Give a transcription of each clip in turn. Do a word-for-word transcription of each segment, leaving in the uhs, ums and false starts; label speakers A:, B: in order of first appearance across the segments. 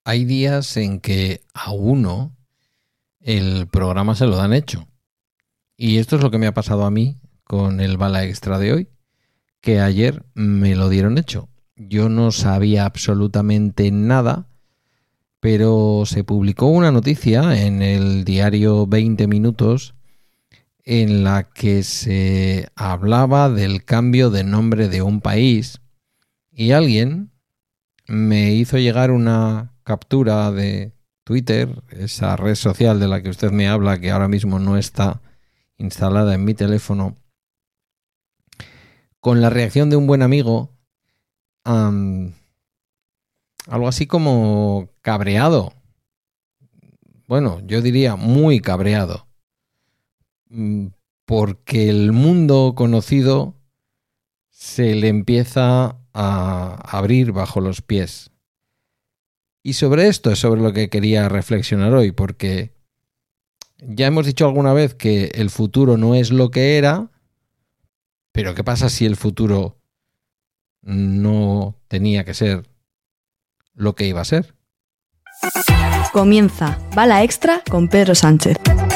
A: hay días en que a uno el programa se lo dan hecho. Y esto es lo que me ha pasado a mí con el Bala Extra de hoy, que ayer me lo dieron hecho. Yo no sabía absolutamente nada, pero se publicó una noticia en el diario veinte minutos en la que se hablaba del cambio de nombre de un país y alguien me hizo llegar una captura de Twitter, esa red social de la que usted me habla, que ahora mismo no está instalada en mi teléfono, con la reacción de un buen amigo, um, algo así como cabreado. Bueno, yo diría muy cabreado, porque el mundo conocido se le empieza a abrir bajo los pies. Y sobre esto es sobre lo que quería reflexionar hoy, porque ya hemos dicho alguna vez que el futuro no es lo que era, pero ¿qué pasa si el futuro no tenía que ser lo que iba a ser?
B: Comienza Bala Extra con Pedro Sánchez.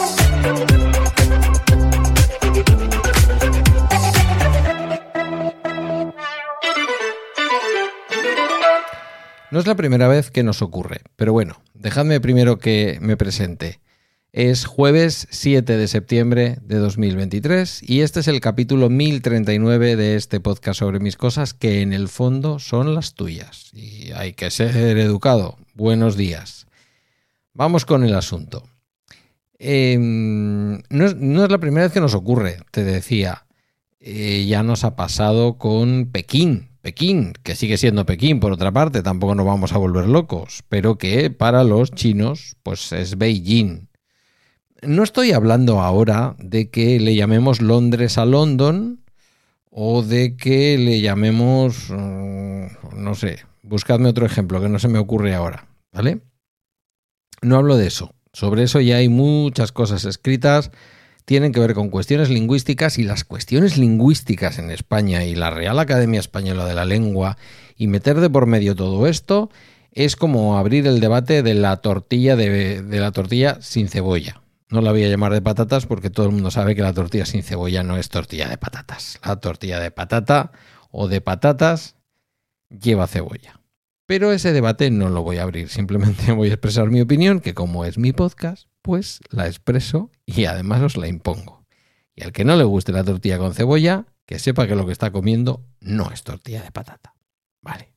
A: No es la primera vez que nos ocurre, pero bueno, dejadme primero que me presente. Es jueves siete de septiembre de dos mil veintitrés y este es el capítulo mil treinta y nueve de este podcast sobre mis cosas que en el fondo son las tuyas. Y hay que ser educado. Buenos días. Vamos con el asunto. Eh, no, es, no es la primera vez que nos ocurre, te decía. Eh, ya nos ha pasado con Pekín. Pekín, que sigue siendo Pekín por otra parte, tampoco nos vamos a volver locos, pero que para los chinos pues es Beijing. No estoy hablando ahora de que le llamemos Londres a London o de que le llamemos, no sé, buscadme otro ejemplo que no se me ocurre ahora, ¿vale? No hablo de eso, sobre eso ya hay muchas cosas escritas, tienen que ver con cuestiones lingüísticas y las cuestiones lingüísticas en España y la Real Academia Española de la Lengua y meter de por medio todo esto es como abrir el debate de la tortilla de, de la tortilla sin cebolla. No la voy a llamar de patatas porque todo el mundo sabe que la tortilla sin cebolla no es tortilla de patatas. La tortilla de patata o de patatas lleva cebolla. Pero ese debate no lo voy a abrir, simplemente voy a expresar mi opinión, que como es mi podcast, pues la expreso y además os la impongo. Y al que no le guste la tortilla con cebolla, que sepa que lo que está comiendo no es tortilla de patata. Vale.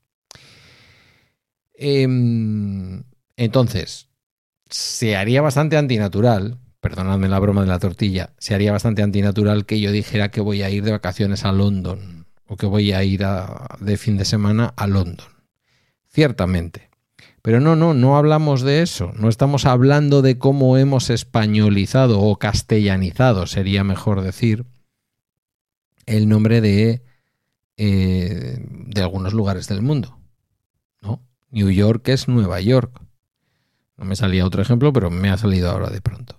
A: Eh, entonces, se haría bastante antinatural, perdonadme la broma de la tortilla, se haría bastante antinatural que yo dijera que voy a ir de vacaciones a London o que voy a ir a, de fin de semana a London. Ciertamente. Pero no, no, no hablamos de eso. No estamos hablando de cómo hemos españolizado o castellanizado, sería mejor decir, el nombre de, eh, de algunos lugares del mundo, ¿no? New York es Nueva York. No me salía otro ejemplo, pero me ha salido ahora de pronto.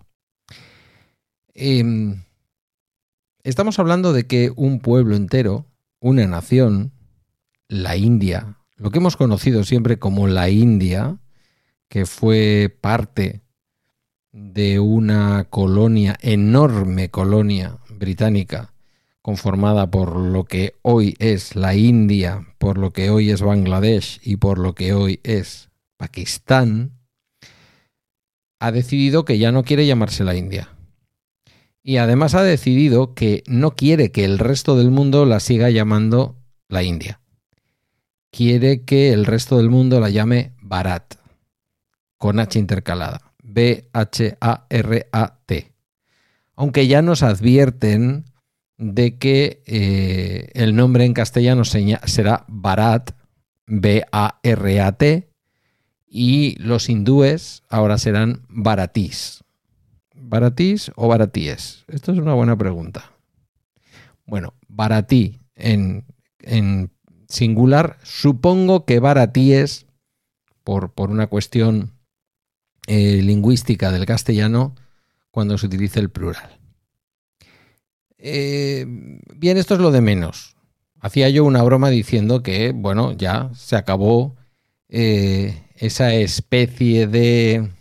A: Eh, estamos hablando de que un pueblo entero, una nación, la India, lo que hemos conocido siempre como la India, que fue parte de una colonia, enorme colonia británica, conformada por lo que hoy es la India, por lo que hoy es Bangladesh y por lo que hoy es Pakistán, ha decidido que ya no quiere llamarse la India. Y además ha decidido que no quiere que el resto del mundo la siga llamando la India. Quiere que el resto del mundo la llame Bharat, con H intercalada, B H A R A T. Aunque ya nos advierten de que eh, el nombre en castellano será Bharat, B A R A T, y los hindúes ahora serán Bharatis. ¿Bharatis o Bharatíes? Esto es una buena pregunta. Bueno, Bharatí en, en singular, supongo que Bharatíes, por, por una cuestión eh, lingüística del castellano, cuando se utilice el plural. Eh, bien, esto es lo de menos. Hacía yo una broma diciendo que, bueno, ya se acabó eh, esa especie de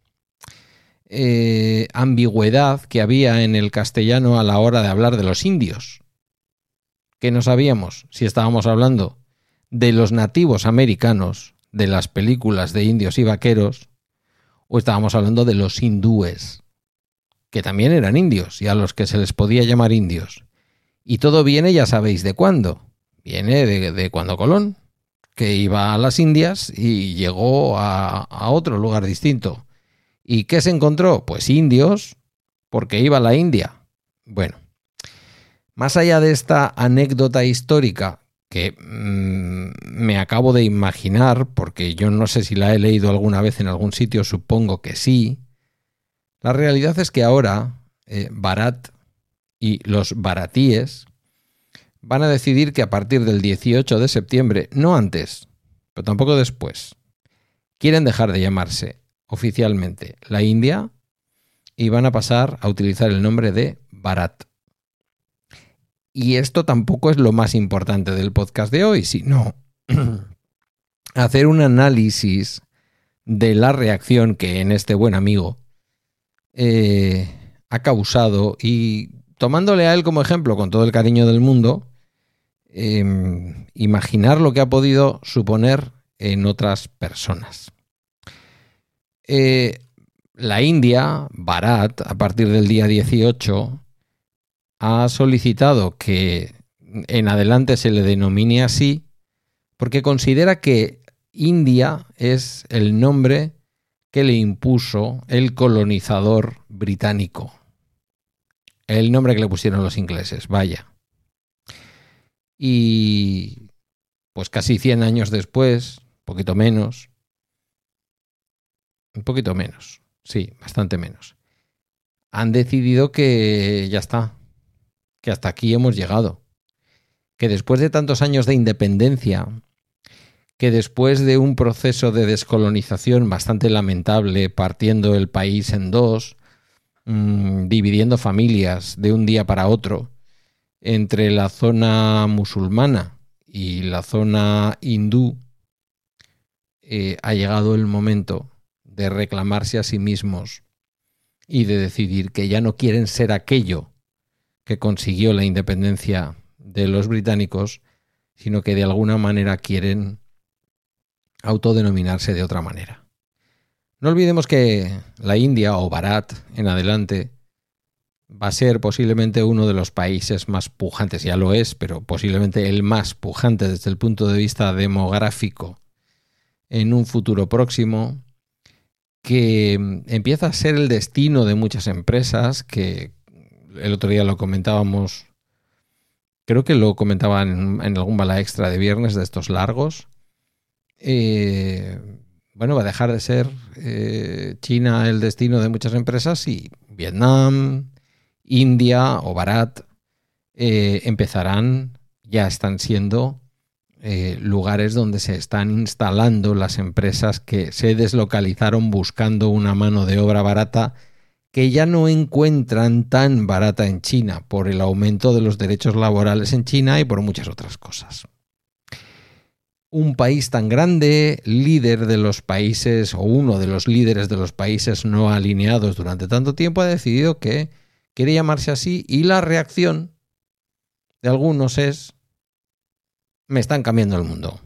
A: eh, ambigüedad que había en el castellano a la hora de hablar de los indios, que no sabíamos si estábamos hablando de los nativos americanos, de las películas de indios y vaqueros, o estábamos hablando de los hindúes, que también eran indios y a los que se les podía llamar indios. Y todo viene, ya sabéis de cuándo. Viene de, de cuando Colón, que iba a las Indias y llegó a, a otro lugar distinto. ¿Y qué se encontró? Pues indios, porque iba a la India. Bueno, más allá de esta anécdota histórica que mmm, me acabo de imaginar, porque yo no sé si la he leído alguna vez en algún sitio, supongo que sí, la realidad es que ahora eh, Bharat y los bharatíes van a decidir que a partir del dieciocho de septiembre, no antes, pero tampoco después, quieren dejar de llamarse oficialmente la India y van a pasar a utilizar el nombre de Bharat. Y esto tampoco es lo más importante del podcast de hoy, sino hacer un análisis de la reacción que en este buen amigo eh, ha causado y tomándole a él como ejemplo con todo el cariño del mundo, eh, imaginar lo que ha podido suponer en otras personas. Eh, la India, Bharat, a partir del día dieciocho, ha solicitado que en adelante se le denomine así porque considera que India es el nombre que le impuso el colonizador británico. El nombre que le pusieron los ingleses, vaya. Y pues casi cien años después, un poquito menos, un poquito menos, sí, bastante menos, han decidido que ya está, que hasta aquí hemos llegado, que después de tantos años de independencia, que después de un proceso de descolonización bastante lamentable, partiendo el país en dos, mmm, dividiendo familias de un día para otro, entre la zona musulmana y la zona hindú, eh, ha llegado el momento de reclamarse a sí mismos y de decidir que ya no quieren ser aquello que consiguió la independencia de los británicos, sino que de alguna manera quieren autodenominarse de otra manera. No olvidemos que la India, o Bharat en adelante, va a ser posiblemente uno de los países más pujantes, ya lo es, pero posiblemente el más pujante desde el punto de vista demográfico en un futuro próximo, que empieza a ser el destino de muchas empresas, que el otro día lo comentábamos, creo que lo comentaba en, en algún bala extra de viernes de estos largos. Eh, bueno, va a dejar de ser eh, China el destino de muchas empresas y Vietnam, India o Bharat eh, empezarán, ya están siendo eh, lugares donde se están instalando las empresas que se deslocalizaron buscando una mano de obra barata que ya no encuentran tan barata en China por el aumento de los derechos laborales en China y por muchas otras cosas. Un país tan grande, líder de los países o uno de los líderes de los países no alineados durante tanto tiempo, ha decidido que quiere llamarse así y la reacción de algunos es: me están cambiando el mundo.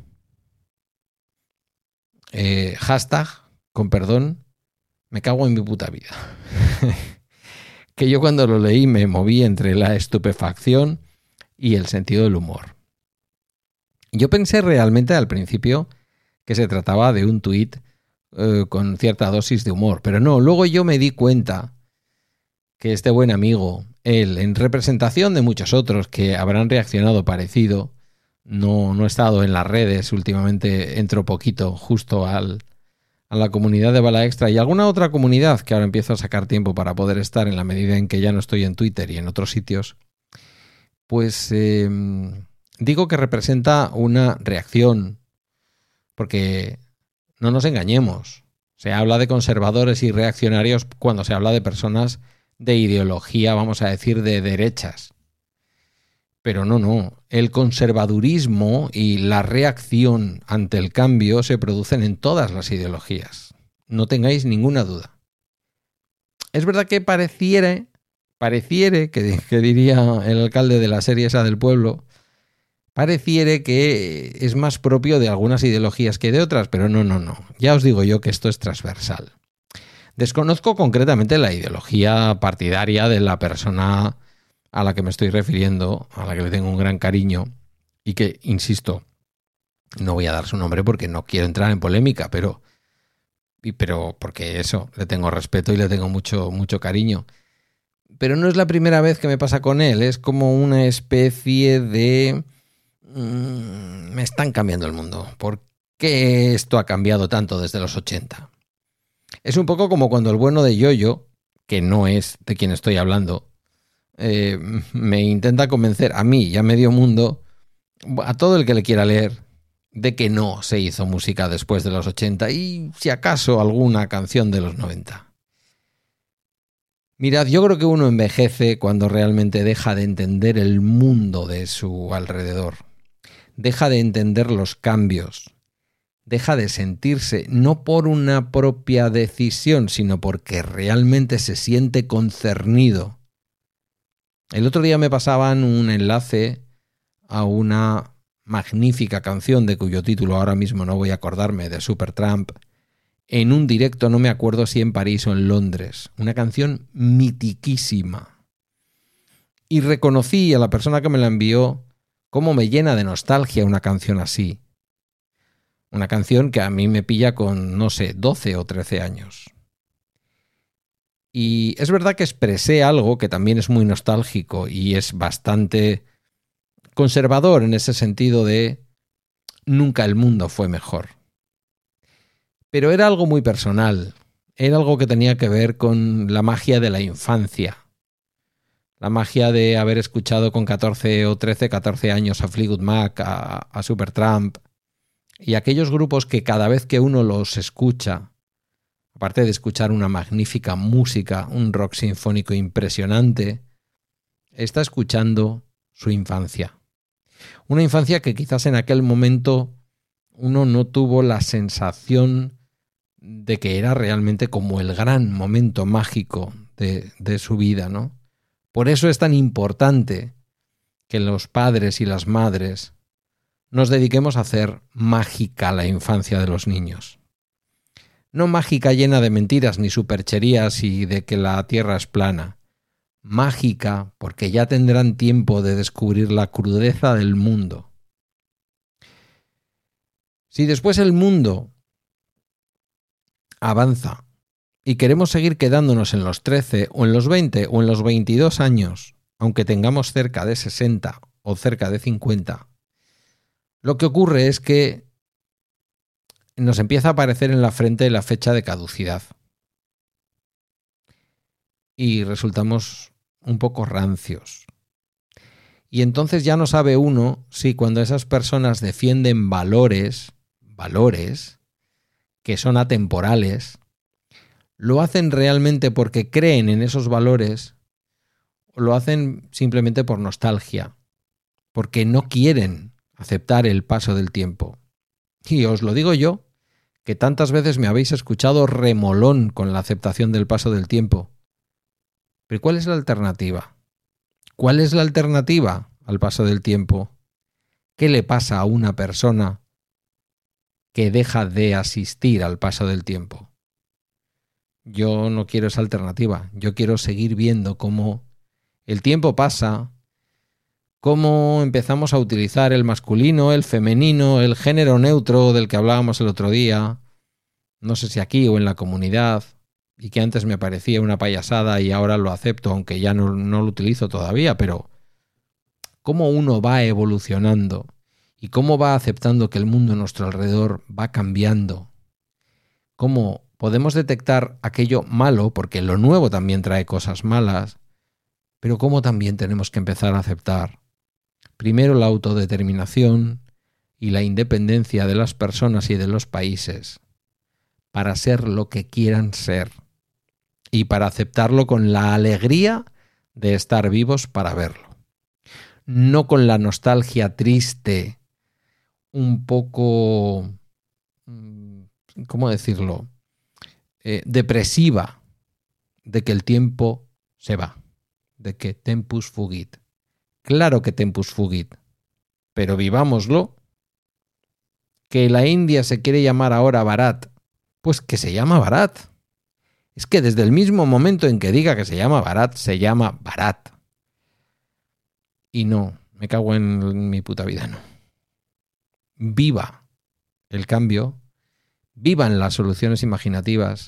A: Eh, hashtag, con perdón, me cago en mi puta vida. Que yo cuando lo leí me moví entre la estupefacción y el sentido del humor. Yo pensé realmente al principio que se trataba de un tuit eh, con cierta dosis de humor, pero no, luego yo me di cuenta que este buen amigo, él, en representación de muchos otros que habrán reaccionado parecido, no, no he estado en las redes últimamente, entro poquito justo al, a la comunidad de Bala Extra y alguna otra comunidad que ahora empiezo a sacar tiempo para poder estar en la medida en que ya no estoy en Twitter y en otros sitios, pues eh, digo que representa una reacción, porque no nos engañemos, se habla de conservadores y reaccionarios cuando se habla de personas de ideología, vamos a decir, de derechas. Pero no, no. El conservadurismo y la reacción ante el cambio se producen en todas las ideologías. No tengáis ninguna duda. Es verdad que pareciere, pareciere, que, que diría el alcalde de la serie esa del pueblo, pareciere que es más propio de algunas ideologías que de otras, pero no, no, no. Ya os digo yo que esto es transversal. Desconozco concretamente la ideología partidaria de la persona a la que me estoy refiriendo, a la que le tengo un gran cariño y que, insisto, no voy a dar su nombre porque no quiero entrar en polémica, pero, pero porque eso, le tengo respeto y le tengo mucho, mucho cariño. Pero no es la primera vez que me pasa con él, es como una especie de... Mmm, me están cambiando el mundo. ¿Por qué esto ha cambiado tanto desde los ochenta? Es un poco como cuando el bueno de Yoyo, que no es de quien estoy hablando, Eh, me intenta convencer a mí y a medio mundo, a todo el que le quiera leer, de que no se hizo música después de los ochenta y si acaso alguna canción de los noventa. Mirad, yo creo que uno envejece cuando realmente deja de entender el mundo de su alrededor, deja de entender los cambios, deja de sentirse no por una propia decisión, sino porque realmente se siente concernido. El otro día me pasaban un enlace a una magnífica canción de cuyo título ahora mismo no voy a acordarme, de Supertramp, en un directo, no me acuerdo si en París o en Londres. Una canción mitiquísima. Y reconocí a la persona que me la envió cómo me llena de nostalgia una canción así. Una canción que a mí me pilla con, no sé, doce o trece años. Y es verdad que expresé algo que también es muy nostálgico y es bastante conservador en ese sentido de nunca el mundo fue mejor. Pero era algo muy personal, era algo que tenía que ver con la magia de la infancia, la magia de haber escuchado con catorce o trece, catorce años a Fleetwood Mac, a, a Supertramp y aquellos grupos que cada vez que uno los escucha, aparte de escuchar una magnífica música, un rock sinfónico impresionante, está escuchando su infancia. Una infancia que quizás en aquel momento uno no tuvo la sensación de que era realmente como el gran momento mágico de, de su vida, ¿no? Por eso es tan importante que los padres y las madres nos dediquemos a hacer mágica la infancia de los niños. No mágica llena de mentiras ni supercherías y de que la tierra es plana. Mágica porque ya tendrán tiempo de descubrir la crudeza del mundo. Si después el mundo avanza y queremos seguir quedándonos en los trece o en los veinte o en los veintidós años, aunque tengamos cerca de sesenta o cerca de cincuenta, lo que ocurre es que nos empieza a aparecer en la frente la fecha de caducidad. Y resultamos un poco rancios. Y entonces ya no sabe uno si cuando esas personas defienden valores, valores, que son atemporales, lo hacen realmente porque creen en esos valores o lo hacen simplemente por nostalgia, porque no quieren aceptar el paso del tiempo. Y os lo digo yo, que tantas veces me habéis escuchado remolón con la aceptación del paso del tiempo. Pero ¿cuál es la alternativa? ¿Cuál es la alternativa al paso del tiempo? ¿Qué le pasa a una persona que deja de asistir al paso del tiempo? Yo no quiero esa alternativa. Yo quiero seguir viendo cómo el tiempo pasa, cómo empezamos a utilizar el masculino, el femenino, el género neutro del que hablábamos el otro día, no sé si aquí o en la comunidad, y que antes me parecía una payasada y ahora lo acepto, aunque ya no, no lo utilizo todavía, pero cómo uno va evolucionando y cómo va aceptando que el mundo a nuestro alrededor va cambiando, cómo podemos detectar aquello malo, porque lo nuevo también trae cosas malas, pero cómo también tenemos que empezar a aceptar primero la autodeterminación y la independencia de las personas y de los países para ser lo que quieran ser y para aceptarlo con la alegría de estar vivos para verlo. no con la nostalgia triste, un poco, ¿cómo decirlo?, eh, depresiva, de que el tiempo se va, de que tempus fugit. Claro que tempus fugit, pero vivámoslo. Que la India se quiere llamar ahora Bharat, pues que se llama Bharat. Es que desde el mismo momento en que diga que se llama Bharat, se llama Bharat. Y no, me cago en mi puta vida, no. Viva el cambio, vivan las soluciones imaginativas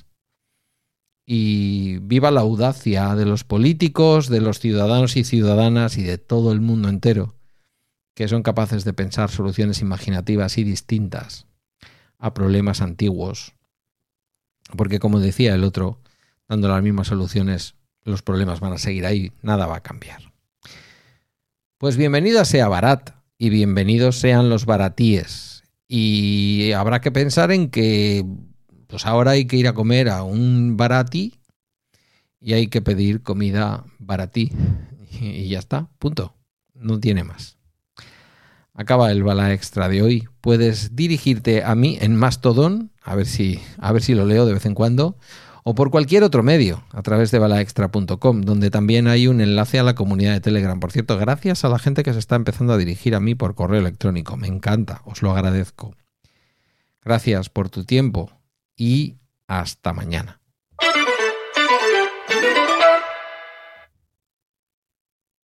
A: y viva la audacia de los políticos, de los ciudadanos y ciudadanas y de todo el mundo entero, que son capaces de pensar soluciones imaginativas y distintas a problemas antiguos. Porque como decía el otro, dando las mismas soluciones, los problemas van a seguir ahí, nada va a cambiar. Pues bienvenido sea Bharat y bienvenidos sean los baratíes. Y habrá que pensar en que pues ahora hay que ir a comer a un baratí y hay que pedir comida baratí. Y ya está, punto. No tiene más. Acaba el Bala Extra de hoy. Puedes dirigirte a mí en Mastodon, a ver si, a ver si lo leo de vez en cuando, o por cualquier otro medio, a través de bala extra punto com, donde también hay un enlace a la comunidad de Telegram. Por cierto, gracias a la gente que se está empezando a dirigir a mí por correo electrónico. Me encanta, os lo agradezco. Gracias por tu tiempo y hasta mañana.